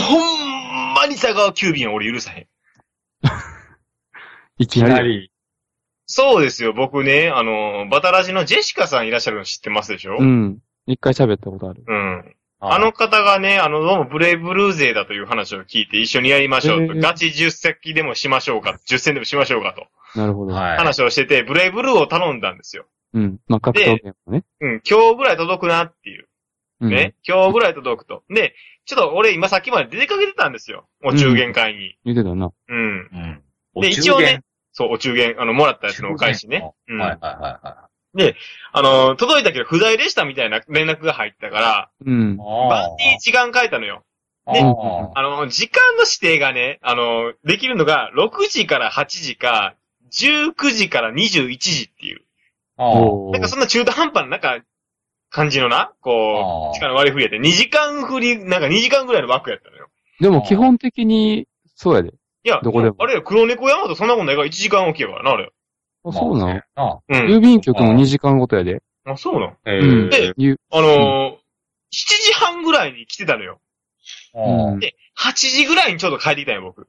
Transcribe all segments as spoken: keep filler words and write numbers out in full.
ほんまに佐川急便は俺許さへん。 いきなり。 そうですよ、僕ね、あの、バタラジのジェシカさんいらっしゃるの知ってますでしょ？ うん。一回喋ったことある。 うん。あの方がね、あの、どうもブレイブルー勢だという話を聞いて一緒にやりましょうと。ガチじゅっ席でもしましょうか。じゅっ戦でもしましょうかと。 なるほど。 話をしてて、ブレイブルーを頼んだんですよ。 うん。まあ、格闘ゲームね。 うん、今日ぐらい届くなっていう。ね。うん、今日ぐらい届くと。で、ちょっと俺今さっきまで出かけてたんですよ。お中元会に。 言ってたな。 うん。うん。で、一応ね、そう、お中元、あの、もらったやつのお返しね。うん。はいはいはいはい。で、あの、届いたけど不在でしたみたいな連絡が入ったから、うん。バンに時間変えたのよ。で、あの、時間の指定がね、あの、できるのがろくじからはちじか、じゅうくじからにじゅういちじっていう。なんかそんな中途半端な、なんか、感じのな、こう、時間の割り振りやって、にじかん振り、なんかにじかんぐらいの枠やったのよ。 でも基本的に、そうやで。 いや、どこでも。あれよ、黒猫山とそんなことないからいちじかんおきやからな、あれ。 あ、そうなの？うん。郵便局もにじかんごとやで。 あ、そうなの？うん。で、あのー、しちじはんぐらいに来てたのよ。で、はちじぐらいにちょうど帰ってきたんよ、僕。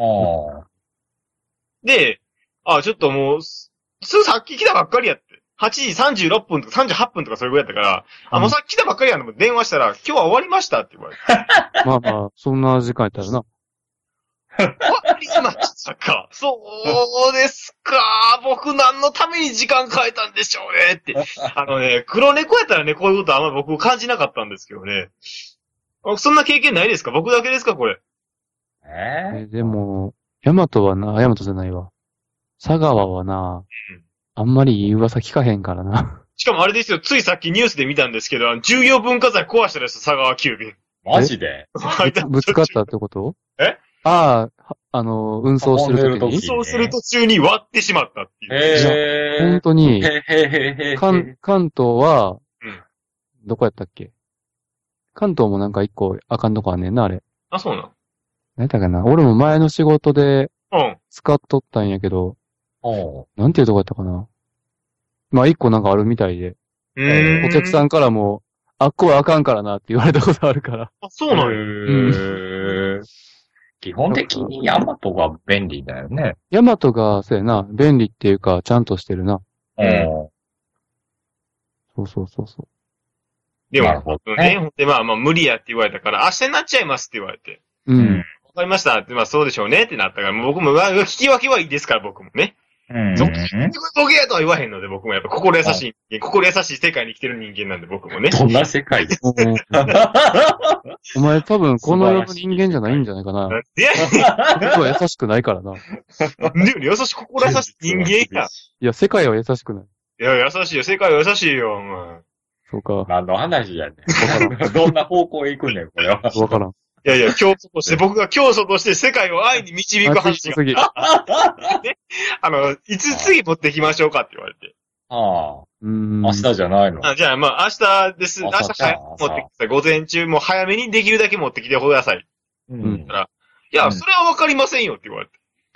で、あ、ちょっともう、すぐさっき来たばっかりやって。はちじさんじゅうろっぷんとかさんじゅうはっぷんとかそれぐらいだったから、あ、もうさっき来たばっかりやのも電話したら、今日は終わりましたって言われて。 まあまあ、そんな時間やったらな。 終わりましたか。そうですか。僕何のために時間変えたんでしょうねって。あのね、黒猫やったらね、こういうことあんまり僕感じなかったんですけどね。そんな経験ないですか？僕だけですかこれ。 えー、でも、ヤマトはな、ヤマトじゃないわ。佐川はな、うん、あんまりいい噂聞かへんからな。 しかもあれですよ、ついさっきニュースで見たんですけど、あの重要文化財壊したです佐川急便。 マジでぶつかったってこと？ えああ、あの、運送するときに。 運送する途中に割ってしまったっていう。 へー。本当に、関、関東は、うん、どこやったっけ？関東もなんか一個あかんとこあんねんな、あれ。 あ、そうなの？ 何やったかな？俺も前の仕事で、使っとったんやけど、うん、なんていうとこやったかな？まあ一個なんかあるみたいで、お客さんからも、あっこはあかんからなって言われたことあるから。 あ、そうなんや。 うん。基本的にヤマトが便利だよね。 ヤマトが、そうやな、便利っていうか、ちゃんとしてるな。うん。そうそうそうそう。 でも、ね、ほんでまあまあ無理やって言われたから、明日になっちゃいますって言われて。うん。わかりましたって、まあそうでしょうねってなったから、僕も、聞き分けはいいですから、僕もね。うん。そっち、ボケやとは言わへんので、僕もやっぱ心優しい、心優しい世界に生きてる人間なんで、僕もね。 どんな世界ですかお前多分この世の人間じゃないんじゃないかな。いやいや。僕は優しくないからな。 優しい、心優しい人間や。 いや、世界は優しくない。 いや、優しいよ、世界は優しいよ、お前。 そうか。 何の話やねん。どんな方向へ行くねん、これは。 わからん。いやいや、教祖として、僕が教祖として世界を愛に導く話が。ね。あの、いつ次持ってきましょうかって言われて。 ああ。うん。明日じゃないの。 あじゃあ、まあ、明日です。明日早く持ってきてください。午前中も早めにできるだけ持ってきてください。うん。だから、いや、それはわかりませんよって言われて。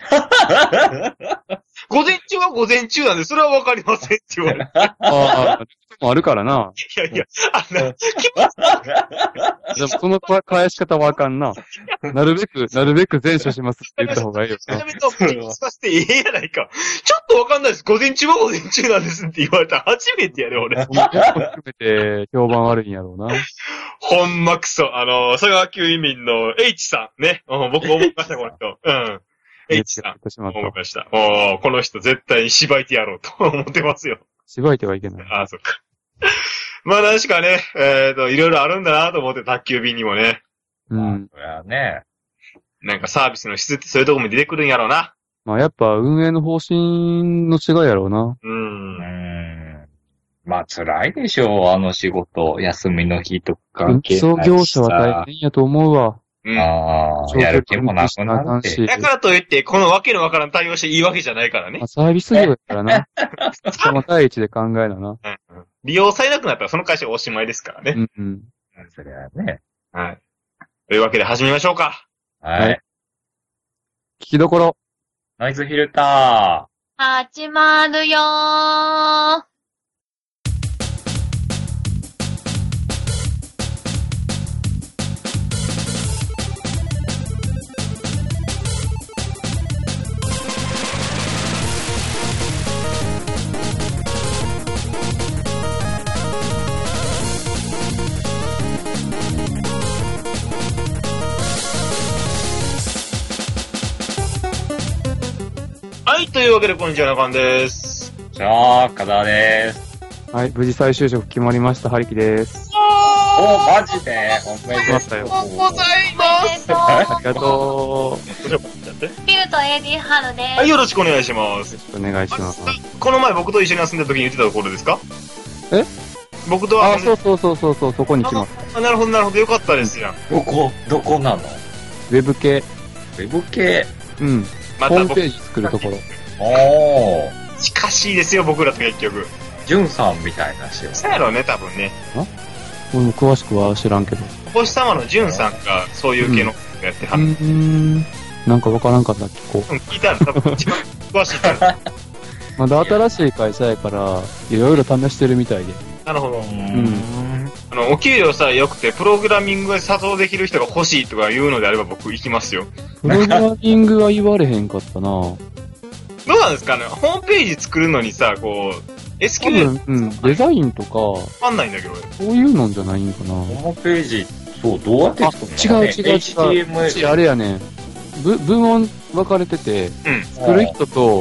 午前中は午前中なんで、それはわかりませんって言われて。ああ、あるからな。 いやいや、あんな、 でもその返し方はあかんな。なるべく、なるべく前処しますって言った方がいいよな。 なるべくさせてええやないか。ちょっとわかんないです。午前中は午前中なんですって言われたら初めてやで、俺。 含めて評判悪いんやろうな。 ほんまくそ。あの、佐川急移民の H さんね。うん、僕思いました、この人。うん。H さん。思いました。おこの人絶対に縛いてやろうと思ってますよ。 縛いてはいけない。 ああ、そっか。まあ確かね、えっと、いろいろあるんだなと思って、宅急便にもね。 うん。 そりゃね。 なんかサービスの質ってそういうとこも出てくるんやろうな。 まあやっぱ運営の方針の違いやろうな。 うん。 うん。まあ辛いでしょう、あの仕事。休みの日とか関係ないしさ。 運送業者は大変やと思うわ。 うん、ああ、やる気もなくなるし。 だからといって、このわけのわからん対応していいわけじゃないからね。 まあ、サービス業やからな。その第一で考えなな、うんうん。利用されなくなったらその会社おしまいですからね。 うんうん。 それはね。 はい。というわけで始めましょうか。 はい。はい、 聞きどころ。 ノイズフィルター。始まるよー。 はい、というわけで、こんにちは、中野です。 じゃあ、かだです。 はい、無事再就職決まりました、はりきです。 おー、マジでおめでとうございます。 ありがとう。ピルと エーディー ハルです。 はい、よろしくお願いします。 よろしくお願いします。 この前僕と一緒に遊んだ時に言ってたところですか？ え僕とは。 あ、そうそうそうそうそう、そこに来ます。 あ、なるほどなるほど、よかったですよ。 どこ、どこなの？ ウェブ系。 ウェブ系？ うん。またホームページ作るところ。 おー。近しいですよ、僕らと結局。 ジュンさんみたいな人。 そうやろうね、多分ね。 あ？俺も詳しくは知らんけど。 お星様のジュンさんがそういう系のやってはる。うーん。なんかわからんかったっけ、こう。 うん、聞いたら多分一番詳しいから。 まだ新しい会社やから、いろいろ試してるみたいで。 なるほど。うん。あの、お給料さえ良くて、プログラミングが作動できる人が欲しいとか言うのであれば僕行きますよ。 プログラミングは言われへんかったな。どうなんですかね、ホームページ作るのにさ、こう、エスキューエル。 うん、デザインとか。わかんないんだけど、 そういうのじゃないんかな。 ホームページ、そう、どうやって作るの？違う違う違う。エイチティーエムエル。あれやねん。ぶ、分音分かれてて、うん、作る人と、うん、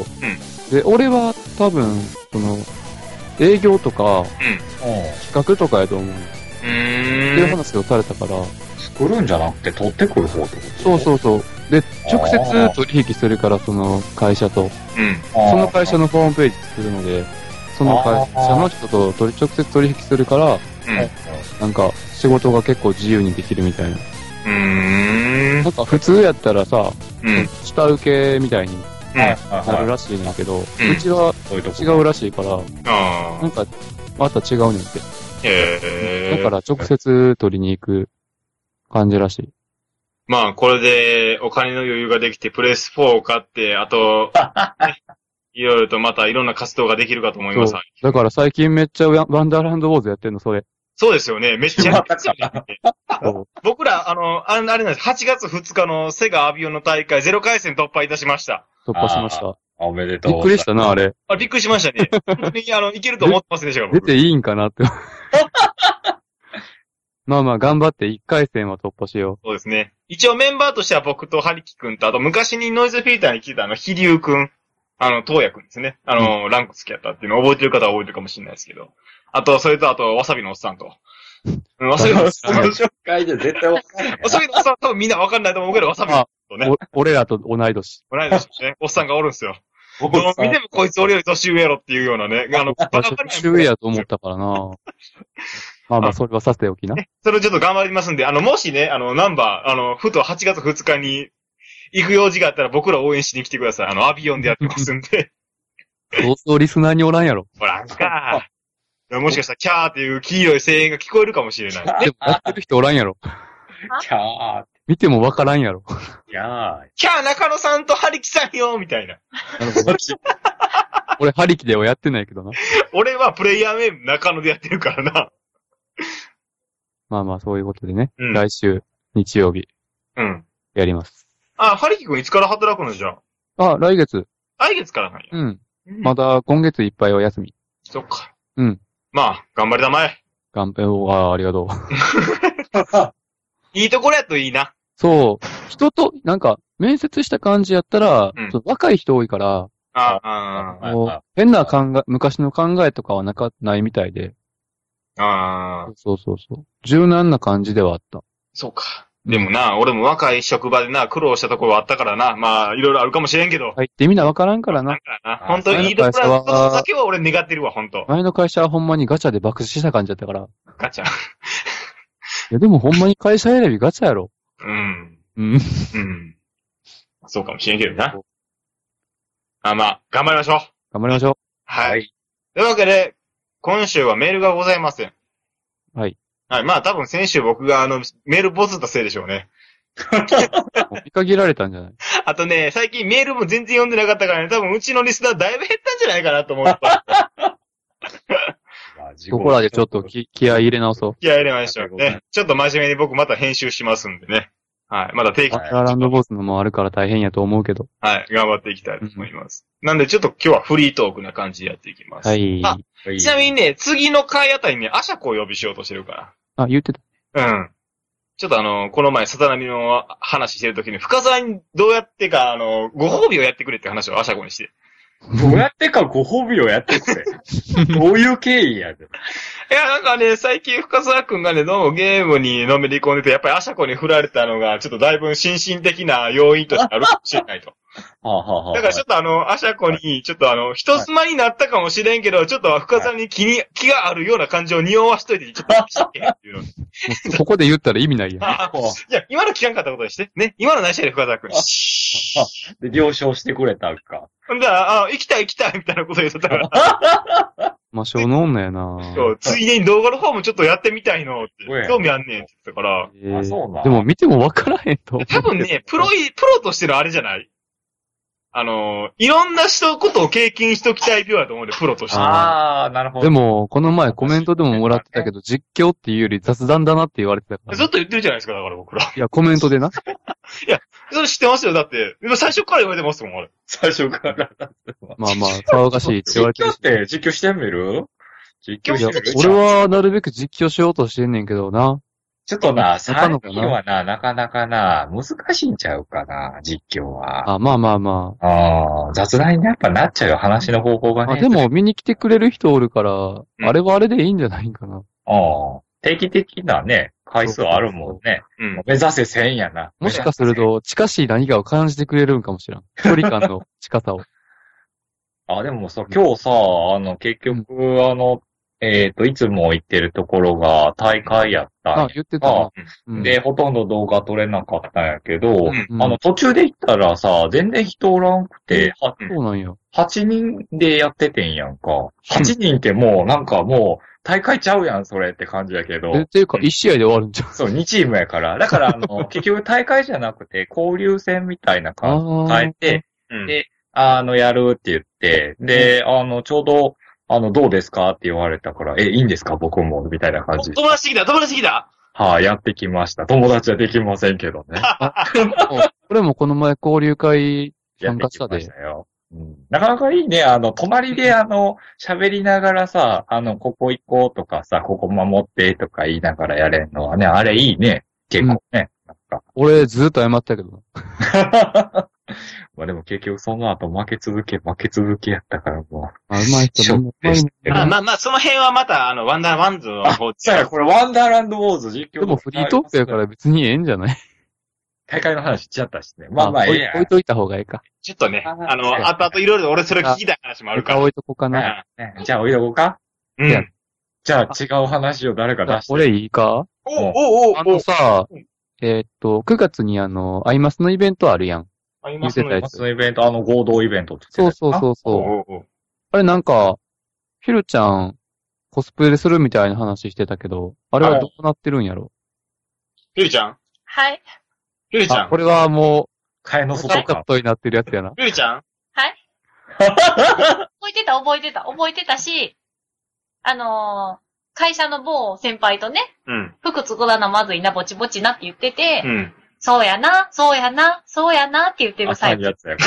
で、俺は多分、その、営業とか、うん、企画とかやと思う。うーん。っていう話をされたから。 作るんじゃなくて取ってくる方ってこと？ そうそうそう。で、直接取引するから、その会社と。うん。その会社のホームページ作るので、その会社の人と取り直接取引するから、うん。なんか、仕事が結構自由にできるみたいな。うーん。なんか普通やったらさ、うん。下請けみたいになるらしいねんけど、うん、うちは違うらしいから、なんか、また違うねんって。へー。だから直接取りに行く感じらしい。 まあ、これでお金の余裕ができて、プレスフォーを買って、あと、ね、いろいろとまたいろんな活動ができるかと思います。 だから最近めっちゃワンダーランドウォーズやってんの、それ。 そうですよね。めっちゃやってる。僕ら、あの、あれなんです。はちがつふつかのセガアビオンの大会ゼロ回戦突破いたしました。 突破しました。 おめでとう。 びっくりしたな、あれ。 あ、びっくりしましたね。本当に、あの、いけると思ってますでしょうか、 出ていいんかなって。まあまあ、頑張っていっかい戦は突破しよう。 そうですね。一応メンバーとしては僕とハリキ君と、あと昔にノイズフィルターに来てたあの、ヒリュウ君、あの、トウヤ君ですね。あの、うん、ランク付き合ったっていうのを覚えてる方は覚えてるかもしれないですけど。あと、それとあと、わさびのおっさんと。 わさびのおっさん。その紹介で絶対わかんない。 わさびのおっさんは多分みんなわかんないと思うけど、わさびのとね。 俺らと同い年。 同い年ね。おっさんがおるんですよ。どう見てもこいつ俺より年上やろっていうようなね。あの、バカバカ年上やと思ったからな。まあまあ、それはさせておきな。 それをちょっと頑張りますんで、あの、もしね、あの、ナンバー、あの、ふとはちがつふつかに行く用事があったら僕ら応援しに来てください。あの、アビオンでやってますんで。 そうそうリスナーにおらんやろ。 おらんか。もしかしたら、キャーっていう黄色い声援が聞こえるかもしれない。 でも、やってる人おらんやろ。 キャー。 見てもわからんやろ。 いやー。 キャー中野さんとハリキさんよみたいな。なるほど。 俺、ハリキではやってないけどな。 俺はプレイヤー名中野でやってるからな。 まあまあ、そういうことでね。うん、来週、日曜日。うん。やります。 あ、ハリキ君いつから働くのじゃあ？あ、来月。 来月からなんや。 うん。まだ今月いっぱいは休み。 そっか。 うん。 まあ、頑張りたまえ。 頑張ろう。ああ、ありがとう。 いいところやといいな。 そう。人と、なんか、面接した感じやったら、うん、若い人多いから、 ああ、 あ変な考え、昔の考えとかはなか、ないみたいで。 ああ。 そうそうそう。柔軟な感じではあった。 そうか。でもな、俺も若い職場でな、苦労したところはあったからな。まあ、いろいろあるかもしれんけど。 入ってみんなわからんからな。 な本当にいいところだけは俺願ってるわ、本当。 前の会社はほんまにガチャで爆死した感じだったから。 ガチャいやでもほんまに会社選びガチャやろ。 うん。 うん。 うん。そうかもしれんけどな。あ、まあ、頑張りましょう。 頑張りましょう。 はい。というわけで、今週はメールがございません。 はい。 はい。まあ多分先週僕があの、メールボツったせいでしょうね。 見限られたんじゃない？ あとね、最近メールも全然読んでなかったからね、多分うちのリスナーだいぶ減ったんじゃないかなと思った。 ここらでちょっと気気合い入れ直そう。 気合い入れましょうね。ちょっと真面目に僕また編集しますんでね。はい。まだ定期。 アランドボスのもあるから大変やと思うけど。 はい。頑張っていきたいと思います。うん、なんでちょっと今日はフリートークな感じでやっていきます。 はい。 あ、ちなみにね、次の回あたりにアシャコを呼びしようとしてるから。 あ、言ってた。 うん。 ちょっとあの、この前、さざ波の話してるときに、深沢にどうやってか、あの、ご褒美をやってくれって話をアシャコにして。 どうやってかご褒美をやってくれ。どういう経緯やで。 いや、なんかね、最近深沢くんがね、どうもゲームにのめり込んでて、やっぱりアシャコに振られたのが、ちょっとだいぶ心身的な要因としてあるかもしれないと。 はあはあはあ、 だからちょっとあの、アシャコに、ちょっとあの、人妻になったかもしれんけど、ちょっと深沢に気に、気があるような感情を匂わしといて、ちょっと聞けっていうの。 ここで言ったら意味ないやん。いや、今の聞かんかったことにして。ね。今の内緒で深沢くん。 で、了承してくれたんか。 ほんだら、あ、行きたい行きたいみたいなこと言ってたから。 魔性の女やなそう、ついでに動画の方もちょっとやってみたいのって、興味あんねんって言ってたから。 えー、あ、そうな。でも見てもわからへんと思う。 多分ね、プロい、プロとしてのあれじゃないあの、いろんな人ことを経験しときたい病だと思うんで、プロとして。 ああ、なるほど。 でも、この前コメントでももらってたけど、実況っていうより雑談だなって言われてたから。 ずっと言ってるじゃないですか、だから僕ら。 いや、コメントでな。 いや、それ知ってますよ、だって。今最初から言われてますもん、俺。 最初から。 まあまあ、騒がしいって言われてる。 実況って実況してみる実況してみる俺はなるべく実況しようとしてんねんけどな。 ちょっとな、最近はな、なかなかな、難しいんちゃうかな、実況は。 あ、まあまあまあ。ああ、雑談にやっぱなっちゃうよ、話の方法がね。 あ、でも見に来てくれる人おるから、うん、あれはあれでいいんじゃないかな。 ああ。定期的なね、回数あるもんね。うん。目指せせんやな。 もしかすると、近しい何かを感じてくれるんかもしれん。距離感の近さを。 あ、でもさ、今日さ、あの、結局、うん、あの、えっ、ー、と、いつも行ってるところが大会やったんや。 あ、言ってたな。 うん、で、ほとんど動画撮れなかったんやけど、うんうん、あの、途中で行ったらさ、全然人おらんくて、 はそうなんや。 はちにんでやっててんやんか。はちにんってもう、なんかもう、大会ちゃうやん、それって感じやけど。 え、っていうか、いち試合で終わるんじゃん。 そう、にチームやから。だから、あの、結局大会じゃなくて、交流戦みたいな感じを変えて、で、あの、やるって言って、で、あの、ちょうど、あの、どうですかって言われたから、え、いいんですか僕もみたいな感じ。 友達来た友達来たはあ、やってきました。友達はできませんけどね。 これもこの前交流会参加したで。 やってきましたよ。うん、なかなかいいね。あの、隣であの、喋りながらさ、あの、ここ行こうとかさ、ここ守ってとか言いながらやれんのはね、あれいいね。結構ね。うん、なんか俺ずっと謝ったけど。 まあでも結局その後負け続け、負け続けやったからもう。 あ、うまい人も。 まあまあまあ、その辺はまた、あの、ワンダーワンズの方で。 そうや、これワンダーランドウォーズ実況。 でもフリートークやから別にええんじゃない？ 大会の話しちゃったしね。まあまあ、ええや。 置いといた方がいいか。 ちょっとね、あの、後々いろいろ俺それ聞きたい話もあるから。 置いとこうかな。 じゃあ置いとこうか。うん。じゃあ違う話を誰か出して。 俺いいか？ おおおあのさ、えっと、くがつにあの、アイマスのイベントあるやん。 アイマスのイベント、あの合同イベントってそうそうそうそう。あれなんか、ひるちゃん、コスプレするみたいな話してたけど、あれはどうなってるんやろ？ ひるちゃんはい。 ひるちゃんこれはもう、 替えの外カットになってるやつやな。 ひるちゃんはい覚えてた覚えてた覚えてたし、あのー、会社の某先輩とね、うん、服作らなまずいな、ぼちぼちなって言ってて、うん、そうやな、そうやな、そうやなって言ってる最中。 やつや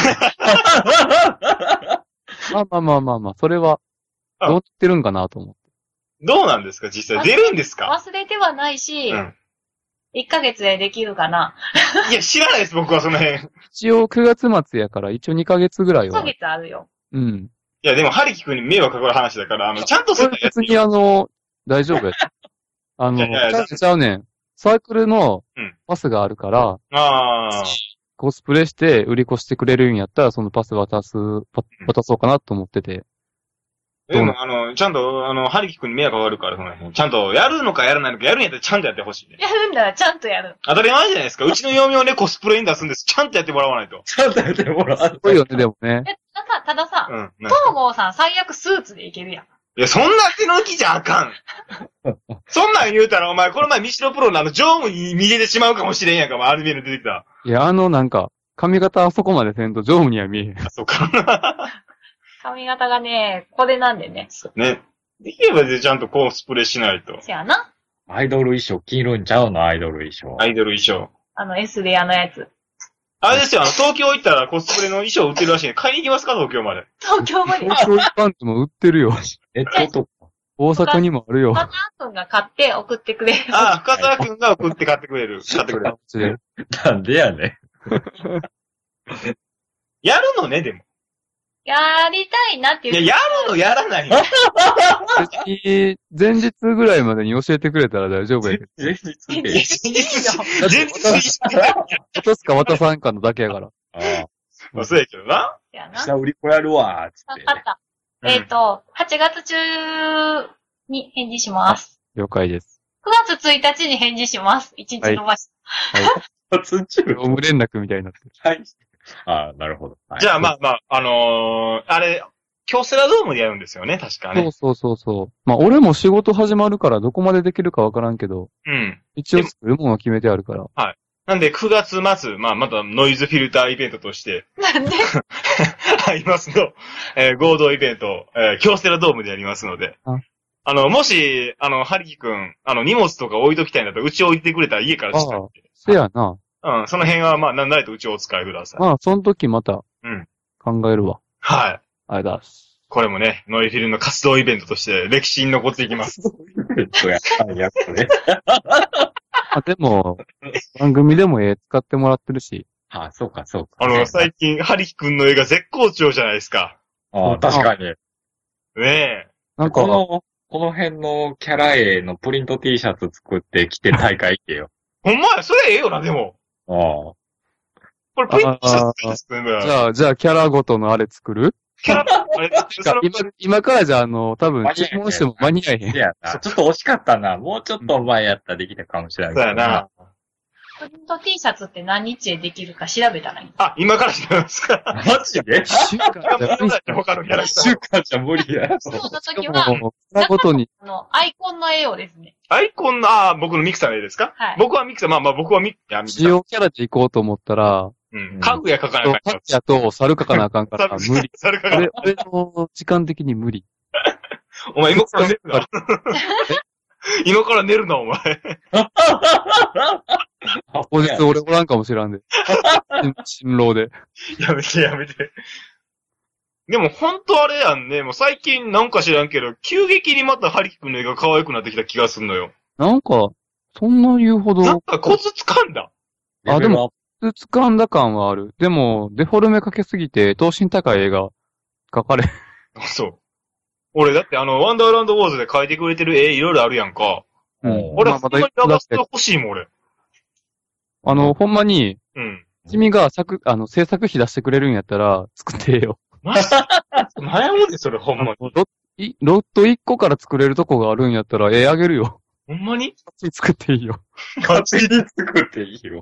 からまあまあまあまあまあ、それは、どうなってるんかなと思って。 どうなんですか実際出るんですか忘れてはないし、うん、いっかげつでできるかな。 いや、知らないです、僕はその辺。 一応くがつ末やから、一応にかげつぐらいは。 にかげつあるよ。 うん。 いや、でも、ハリキ君に迷惑かかる話だから、あの、ちゃんとするやつ。別にあの、大丈夫や。あの、ちゃうねん。サークルのパスがあるから、うん、 あコスプレして売り越してくれるんやったら、そのパス渡す、渡そうかなと思ってて。 でも、あの、ちゃんと、あの、ハリキ君に迷惑かかるから、その辺。ちゃんと、やるのかやらないのか、やるんやったらちゃんとやってほしいね。 やるんだらちゃんとやる。 当たり前じゃないですか。うちの嫁をね、コスプレに出すんです。ちゃんとやってもらわないと。 ちゃんとやってもらわないと。 すごいよね、でもね。 え、たださ、うん、東郷さん最悪スーツでいけるやん。 いや、そんな手のきじゃあかん。そんなん言うたら、お前、この前、ミシロプロのあの、常務に見えてしまうかもしれんやんか、アルビエル出てきた。 いや、あの、なんか、髪型あそこまでせんと常務には見えへん。 あ、そうか。 髪型がね、これなんでね。 そうね。できればでちゃんとコスプレしないと。 せやな。 アイドル衣装、黄色いんちゃうのアイドル衣装。 アイドル衣装。 あの、S レアのやつ。 あれですよ、あの、東京行ったらコスプレの衣装売ってるらしいね。買いに行きますか東京まで。 東京まで。 東京一般でも売ってるよ。 ネットとか。 大阪にもあるよ。 深澤くんが買って送ってくれる。 ああ、深澤くんが送って買ってくれる。買ってくれる。 なんでやね。 やるのね、でも。 やりたいなっていう。 いや、やるのやらないの。 別に、前日ぐらいまでに教えてくれたら大丈夫やけど。 前日で。 前日前日渡すか渡さんかのだけやから。 ああ。 まあ、そうやけどな。 やな。 下売り子やるわ、つって。 わかった。えっと、はちがつ中に返事します。 了解です。 くがつついたちに返事します。いちにち伸ばし。 はい。 初中業務連絡みたいになってる。 はい。ああ、なるほど。 じゃあ、まあまあ、あのー、あれ、京セラドームでやるんですよね、確かね。 そうそうそうそう。まあ、俺も仕事始まるからどこまでできるかわからんけど。 うん。 一応作るものは決めてあるから。 はい。なんで、くがつ末、まあ、またノイズフィルターイベントとして。 なんでありますの、えー、合同イベント、えー、京セラドームでやりますので。 あ, あの、もし、あの、ハリキ君、あの、荷物とか置いときたいんだったら、うち置いてくれたら家から近いんで。 せやな。 うん、その辺は、まあ、なんなれとうちをお使いください。 まあ、その時また、 うん。 考えるわ。 はい。 ありがとうございます。 これもね、ノイフィルの活動イベントとして歴史に残っていきます。 イベントやったんやつね。 あ、でも、番組でも絵使ってもらってるし。 ああ、そうか、そうか。 あの、最近、ハリキ君の絵が絶好調じゃないですか。 ああ、確かに。 ねえ。 なんか、 この、この辺のキャラ絵のプリント T シャツ作って着て大会行ってよ。 ほんまや、それええよな、でも。 ああ。 これプリントシャツですね。 じゃあ、じゃあ、キャラごとのあれ作るキャラ、あれ、 今、今からじゃあ、あの、多分、注文しても間に合えへん。 いやな。ちょっと惜しかったな。もうちょっと前やったらできたかもしれないけど。 そうやな。 プリント T シャツって何日でできるか調べたらいい。 あ、今から調べますか。 マジで一週間じゃ無理。 他のキャラクター。 一週間じゃ無理や。 そうの時しかは、 も、キャラごとに。 あの、アイコンの絵をですね。 アイコンの、ああ、僕のミクサーの絵ですか。 はい。 僕はミクサー、まあまあ僕はミクサー。 使用キャラで行こうと思ったら、 うん。家具や書かなあかん。 家具やと猿書かなあかんから、無理。 猿書かなあかん。 俺の時間的に無理。 お前今から寝るな。今から寝るな、お前。 当日俺おらんかもしらんで。新郎で。 やめてやめて。でも本当あれやんね。もう最近なんか知らんけど、急激にまたハリキ君の絵が可愛くなってきた気がすんのよ。 なんか、そんな言うほど。 なんかコツ掴んだ。 あ、でも、コツ掴んだ感はある。でも、デフォルメかけすぎて、等身高い絵が描かれ。 そう。俺だってあの、ワンダーランドウォーズで描いてくれてる絵いろいろあるやんか。 うん。 俺、 まあ、 ほんまにラバスト欲しいもん、俺。 あの、ほんまに、 うん。 君が作、あの、制作費出してくれるんやったら、作ってええよ。 マジ悩むで、それ、ほんまに。 ロッロットいっこから作れるとこがあるんやったら、絵あげるよ。 ほんまに作っていいよ。 勝手に作っていいよ。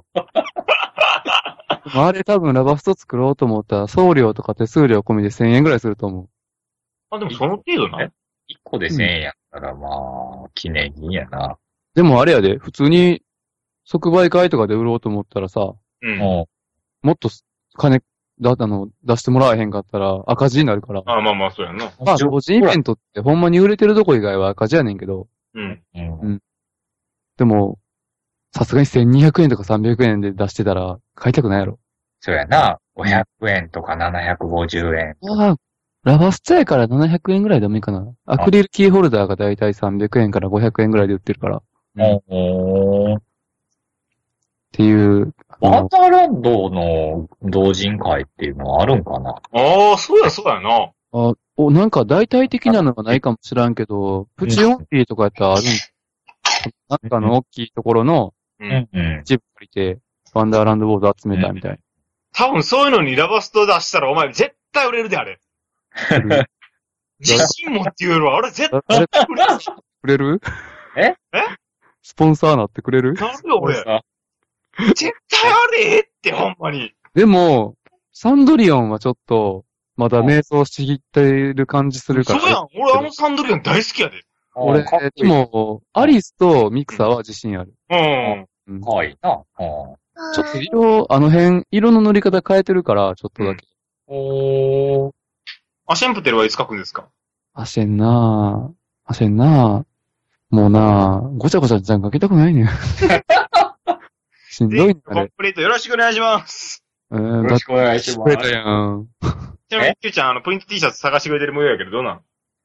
あれ多分ラバスト作ろうと思ったら、送料とか手数料込みでせんえんぐらいすると思う。 あ、でもその程度な。 いっこでせんえんやったら、まあ、記念品やな。 でもあれやで、普通に、即売会とかで売ろうと思ったらさ、 うん。 もっと金、だ、あの、出してもらえへんかったら赤字になるから。 あ、まあまあ、そうやんな。 まあ、個人イベントってほんまに売れてるとこ以外は赤字やねんけど。 うん。 うん。 でも、さすがにせんにひゃくえんとかさんびゃくえんで出してたら、買いたくないやろ。 そうやな。ごひゃくえんとかななひゃくごじゅうえん。 ああ、ラバストやからななひゃくえんぐらいでもいいかな。アクリルキーホルダーがだいたいさんびゃくえんからごひゃくえんぐらいで売ってるから。 おー。 っていう。 ワンダーランドの同人会っていうのはあるんかな。 ああ、そうや、そうやな。 あ、お、なんか大体的なのがないかもしらんけど、プチオンピーとかやったらあるんなんかの大きいところの、 うん。 一部借りて、ワンダーランドボード集めたみたい。 多分そういうのにラバスト出したらお前絶対売れるで、あれ。自信持って言うのは、あれ絶対売れる。 くれるええスポンサーなってくれるなるよ、俺。絶対あれええって、ほんまに。 でも、サンドリオンはちょっと、まだ迷走しきってる感じするから。 そうやん。俺あのサンドリオン大好きやで。 俺、でも、アリスとミクサーは自信ある。 うん。 かわいいな。 ちょっと色、あの辺、色の塗り方変えてるから、ちょっとだけ。 おー。 アシェンプテルはいつ書くんですか？ アシェンなぁ。アシェンなぁ。もうなぁ、ごちゃごちゃじゃんかけたくないねん。しんどいんだコンプリートよろしくお願いします。 うん、 よろしくお願いします。 くれたやん。 ちなみに、キューちゃん、あの、プリント T シャツ探してくれてる模様やけど、どうなん？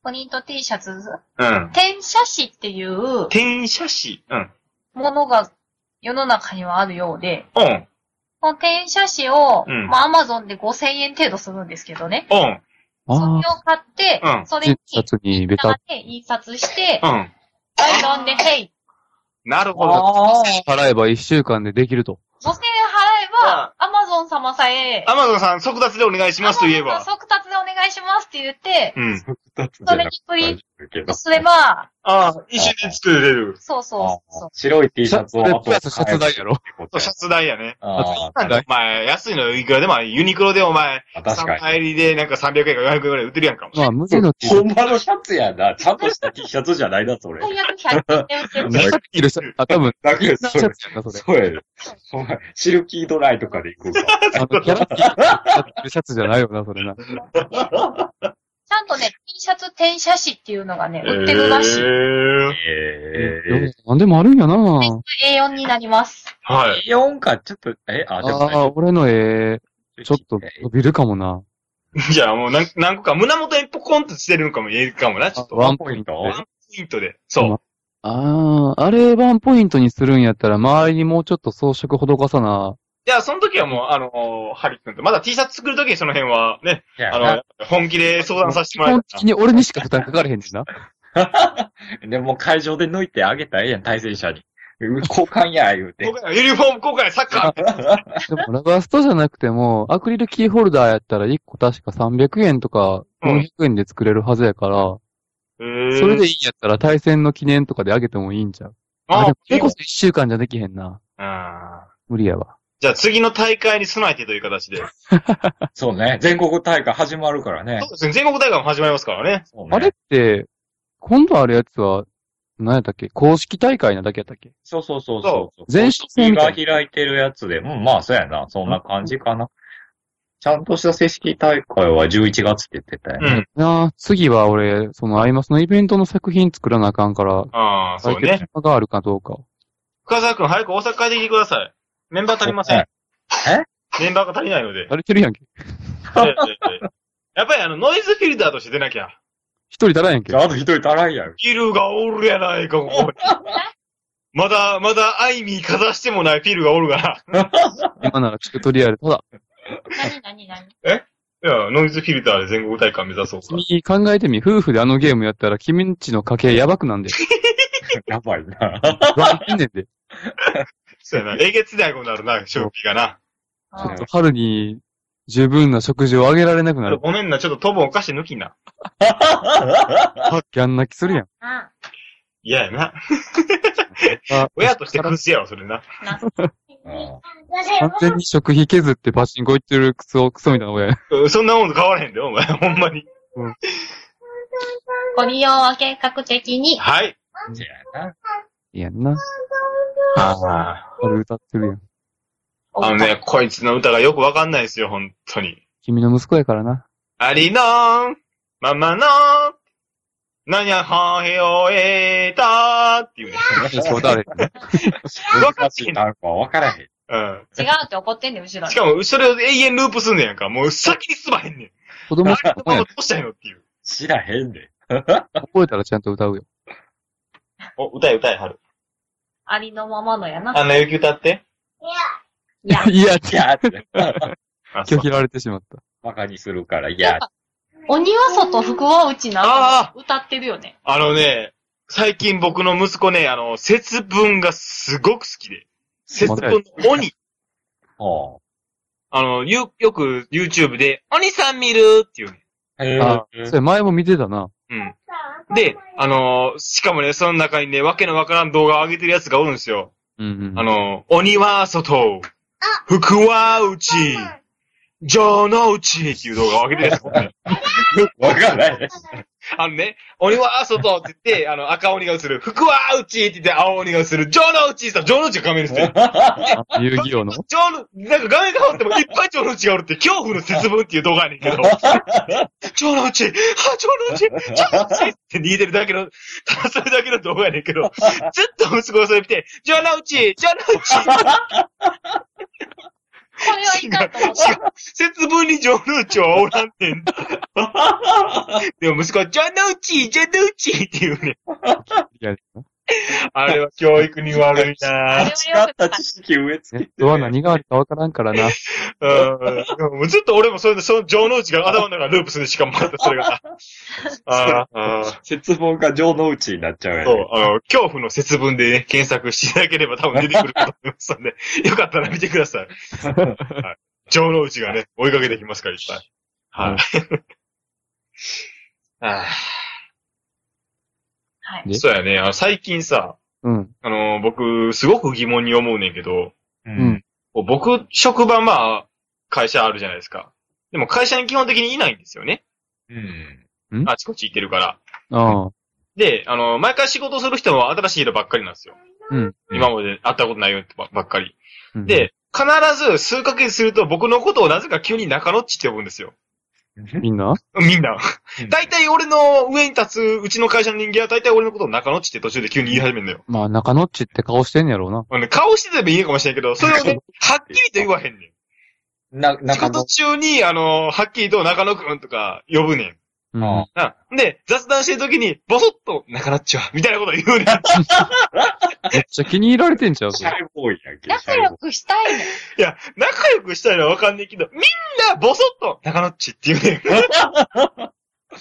プリント T シャツ、うん。転写紙っていう、 転写紙うん。 ものが世の中にはあるようで、うん。この転写紙を、うん、まあ、アマゾンでごせんえん程度するんですけどね。うん。それを買って、うん、それに、印刷して、うん。アイロンで、ヘイ。 なるほど。 払えばいっしゅうかんでできると。 ごせんえん払えば、アマゾン様さえ、 アマゾンさん速達でお願いしますと言えば。 速達でお願いしますって言って、うん。速達それにプリントすれば、 ああ、一緒に作れる。 そうそうそう。 白い T シャツをあとシャツ代やろ。 シャツ代やね。ああ。お前、安いのいくらでもユニクロでお前、さんまい入りでなんかさんびゃくえんかよんひゃくえんくらい売ってるやんかも。 まあ、無地の T シャツ。ほんまのシャツやな。ちゃんとした T シャツじゃないな、それ。 最悪ひゃくえんで売ってる。 さっきいるシャツ、あ、多分、インナーシャツやな、それ。 そうや。お前、シルキードライとかで行くか。 あの、キャラキーシャツじゃないよな、それな。 ちゃんとね、T シャツ転写紙っていうのがね、売ってるらしい。えー、 えー。なんでもあるんやなエーよん になります。 はい。 エーよん か、ちょっと、え、 あ、でも、ね。ああ、俺の絵、ちょっと伸びるかもな。 じゃあもう何、何個か、胸元にポコンとしてるのかも言えるかもな、ちょっと。 ワンポイントワンポイントで。そう。 ああ、あれワンポイントにするんやったら、周りにもうちょっと装飾施さな。 いや、その時はもう、あのー、ハリ君と、まだ T シャツ作る時にその辺はね、あの、本気で相談させてもらえた。 本気に俺にしか負担かかれへんしな。 でも会場で抜いてあげたらええやん、対戦者に。交換や、言うて。 交換ユニフォーム交換や、サッカーでもラバーストじゃなくても、アクリルキーホルダーやったらいっこ確かさんびゃくえんとかよんひゃくえんで作れるはずやから、うん、それでいいんやったら対戦の記念とかであげてもいいんちゃう。あ、でもそれこそいっしゅうかんじゃできへんな。あ無理やわ。 じゃあ次の大会に備えてという形で。 そうね。全国大会始まるからね。 そうですね。全国大会も始まりますからね。 ねあれって、今度あるやつは、何やったっけ公式大会なだけやったっけそうそうそうそう。 全社戦が開いてるやつで、うん、まあそうやな。そんな感じかな。ちゃんとした正式大会はじゅういちがつって言ってたよね。 うん。あ次は俺、そのアイマスのイベントの作品作らなあかんから、 ああ、そうね。 があるかどうか。 深澤くん早く大阪帰ってきてください。メンバー足りません。えメンバーが足りないので。 足りてるやんけ。 やっぱりあの、ノイズフィルターとして出なきゃ。 一人足らんやんけ。 あと一人足らんやん。 フィルがおるやないか、ここに。まだ、まだ、アイミーかざしてもないフィルがおるがな。 今ならチュートリアル、ただ。 何何何えいや、ノイズフィルターで全国大会目指そうか。 君考えてみ、夫婦であのゲームやったら君んちの家計やばくなんで。 やばいな。 ワンペンネンで。 そうやな。えげつないことなるな、正気がな。 ちょっと春に十分な食事をあげられなくなる。 ごめんな、ちょっとトボお菓子抜きな。 はっきあん泣きするやん。 嫌やな。親として苦しやわ、それな。 完全に食費削ってパチンコ行ってるクソ、クソみたいな親や。 そんなもん変わらへんで、お前。ほんまに。うん、 ご利用は計画的に。 はい。 いやな。 いやんな。 ああ。 これ歌ってるやん。 あのね、こいつの歌がよくわかんないですよ、ほんとに。 君の息子やからな。 ありのー、ママのー、なにゃはへおえーたーっていうね。 そうだね。 わかってんのわからへん。 うん。 違うって怒ってんねん、後ろに。 しかも、それを永遠ループすんねんやんか。もう先に進まへんねん。 子供がどうしたいのっていう。 知らへんで。 覚えたらちゃんと歌うよ。 お、歌え歌え、春。 ありのままのやな。 あんな雪歌って。 いや。 いや、 いや、って。 拒否られてしまった。 馬鹿にするから、いや。 鬼は外、福は内な。歌ってるよね。 あのね、最近僕の息子ね、あの、節分がすごく好きで。節分の鬼。あの、よ、よく YouTube で、鬼さん見るっていうね。 へあ、それ前も見てたな。 うん。で、あのー、しかもね、その中にね、わけのわからん動画を上げてるやつがおるんですよ。 うんうん、 あのー、鬼は外、福は内、城の内っていう動画を上げてるやつ、ね。 わかんない。 あのね、鬼は外って言って、あの、赤鬼が映る。福は内って言って、青鬼が映る。城の内って言ったら、城の内が画面に映る。 遊戯王の城の、なんか画面が変わってもいっぱい城の内がおるって、恐怖の節分っていう動画やねんけど。城の内、あ、城の内、城の内って逃げてるだけの、ただそれだけの動画やねんけど、ずっと息子がそれ見て、城の内、城の内。 これはいいなと思った。 節分にジョヌーチはおらんねん。でも息子は、ジョヌーチジョヌーチって言うねん。あれは教育に悪いなぁ。 違った知識植え付けて。 どう何があるかわからんからな。 うん。ずっと俺もそれで、その城之内が頭の中ループするしかもまたそれが。 ああ。節分が城之内になっちゃうやそう、あの、恐怖の節分でね、検索していただければ多分出てくるかと思いますので、よかったら見てください。はい。城之内がね、追いかけてきますから、いっぱい。はい。あはい。そうやね。あの、最近さ、うん。あの、僕、すごく疑問に思うねんけど、うん。僕、職場、まあ、会社あるじゃないですか。でも会社に基本的にいないんですよね。うん。あちこち行ってるから。ああ。で、あの、毎回仕事する人も新しい人ばっかりなんですよ。うん。今まで会ったことないよばっかり。うん、で、必ず数ヶ月すると僕のことをなぜか急に中野っちって呼ぶんですよ。 みんなみんな。大体俺の上に立つうちの会社の人間は大体俺のことを中野っちって途中で急に言い始めるんだよ。 まあ中野っちって顔してんやろうな。 まあね、顔しててもいいのかもしれんけど、それをね、はっきりと言わへんねん。な、中野。仕事中に、あの、はっきりと中野くんとか呼ぶねん。うん。で、雑談してるときに、ボソッと中野っちは、みたいなこと言うねん。 めっちゃ気に入られてんちゃう？ シャイボーイやんけ。 仲良くしたいねん。いや、仲良くしたいのはわかんないけど、みんなボソッと中野っちって言うねん。あ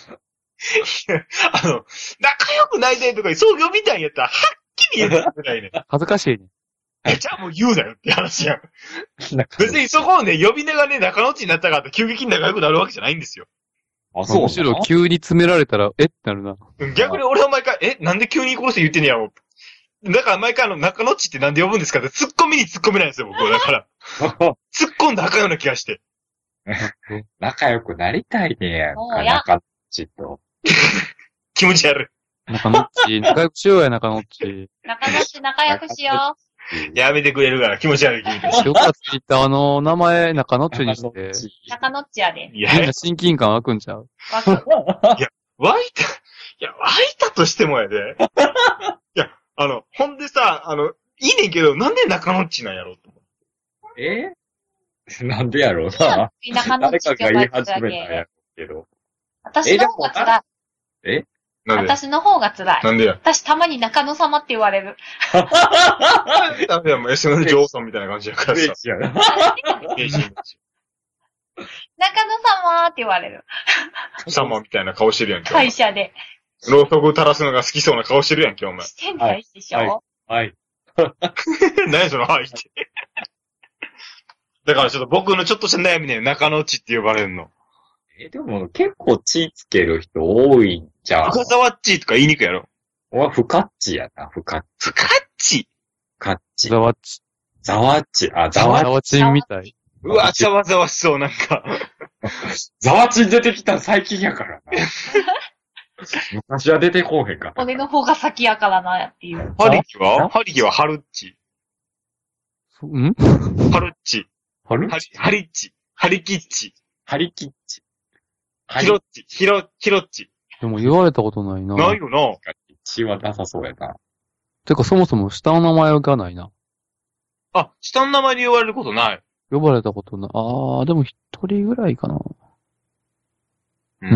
の、仲良くないでとか、そう呼びたいんやったら、はっきり言ってくれないねん。 恥ずかしいね。 え、じゃあもう言うなよって話やん。別にそこをね、呼び名がね、中野っちになったからって急激に仲良くなるわけじゃないんですよ。 あ、そう。むしろ急に詰められたら、えってなるな。 逆に俺は毎回、え、なんで急にこの人言ってんねやろ。だから毎回あの、中野っちってなんで呼ぶんですかって突っ込みに突っ込めないんですよ、僕は。だから。突っ込んだらあかんような気がして。 仲良くなりたいねやんか、中野っちと。 気持ち悪い。中野っち、仲良くしようや、中野っち。 中野っち仲良くしよう。 やめてくれるから気持ち悪い君たち。 よかった言ったあの、名前中野っちにして。 中野っちやで。 いや、みんな親近感湧くんちゃう？ 湧く。いや、湧いた、いや、湧いたとしてもやで。いや、あの、ほんでさ、あの、いいねんけど、なんで中野っちなんやろうと思って。えなんでやろうな。 中野っちって呼ばれてるだけ。私の方が辛い。 えなんで私の方が辛い。 なんでや私たまに中野様って言われる。 ダメや、もう エスエヌエル 女王さんみたいな感じやからさ。 ベーシやな。 ベーシ中野様って言われる。 様みたいな顔してるやんけ。 会社で。 ろうそく垂らすのが好きそうな顔してるやんけ、お前。 してないでしょ。 はい。はい。 何やその、はいって。だからちょっと僕のちょっとした悩みね、中野っちって呼ばれるの。 え、でも結構血つける人多いんじゃん。 深沢っちとか言いにくいやろ。 俺は深っちやな、深っち。 深っち深っち。 ざわっち。 ざわっち。あ、ざわっち。 ざわちんみたい。 うわ、ざわざわしそう、なんか。 ざわちん出てきたの最近やからな。昔は出てこうへんかった。 俺の方が先やからな、っていう。 ハリキはハリキはハルッチ。 んハルッチ。 ハルハリ、ハリッチ。ハリキッチ。 ハリキッチ。 ヒロッチ。ヒロ、ヒロッチ。 でも言われたことないな。 ないよな。 血はなさそうやな。 てかそもそも下の名前がないな。 あ、下の名前で呼ばれることない。 呼ばれたことない。あー、でも一人ぐらいかな。うん、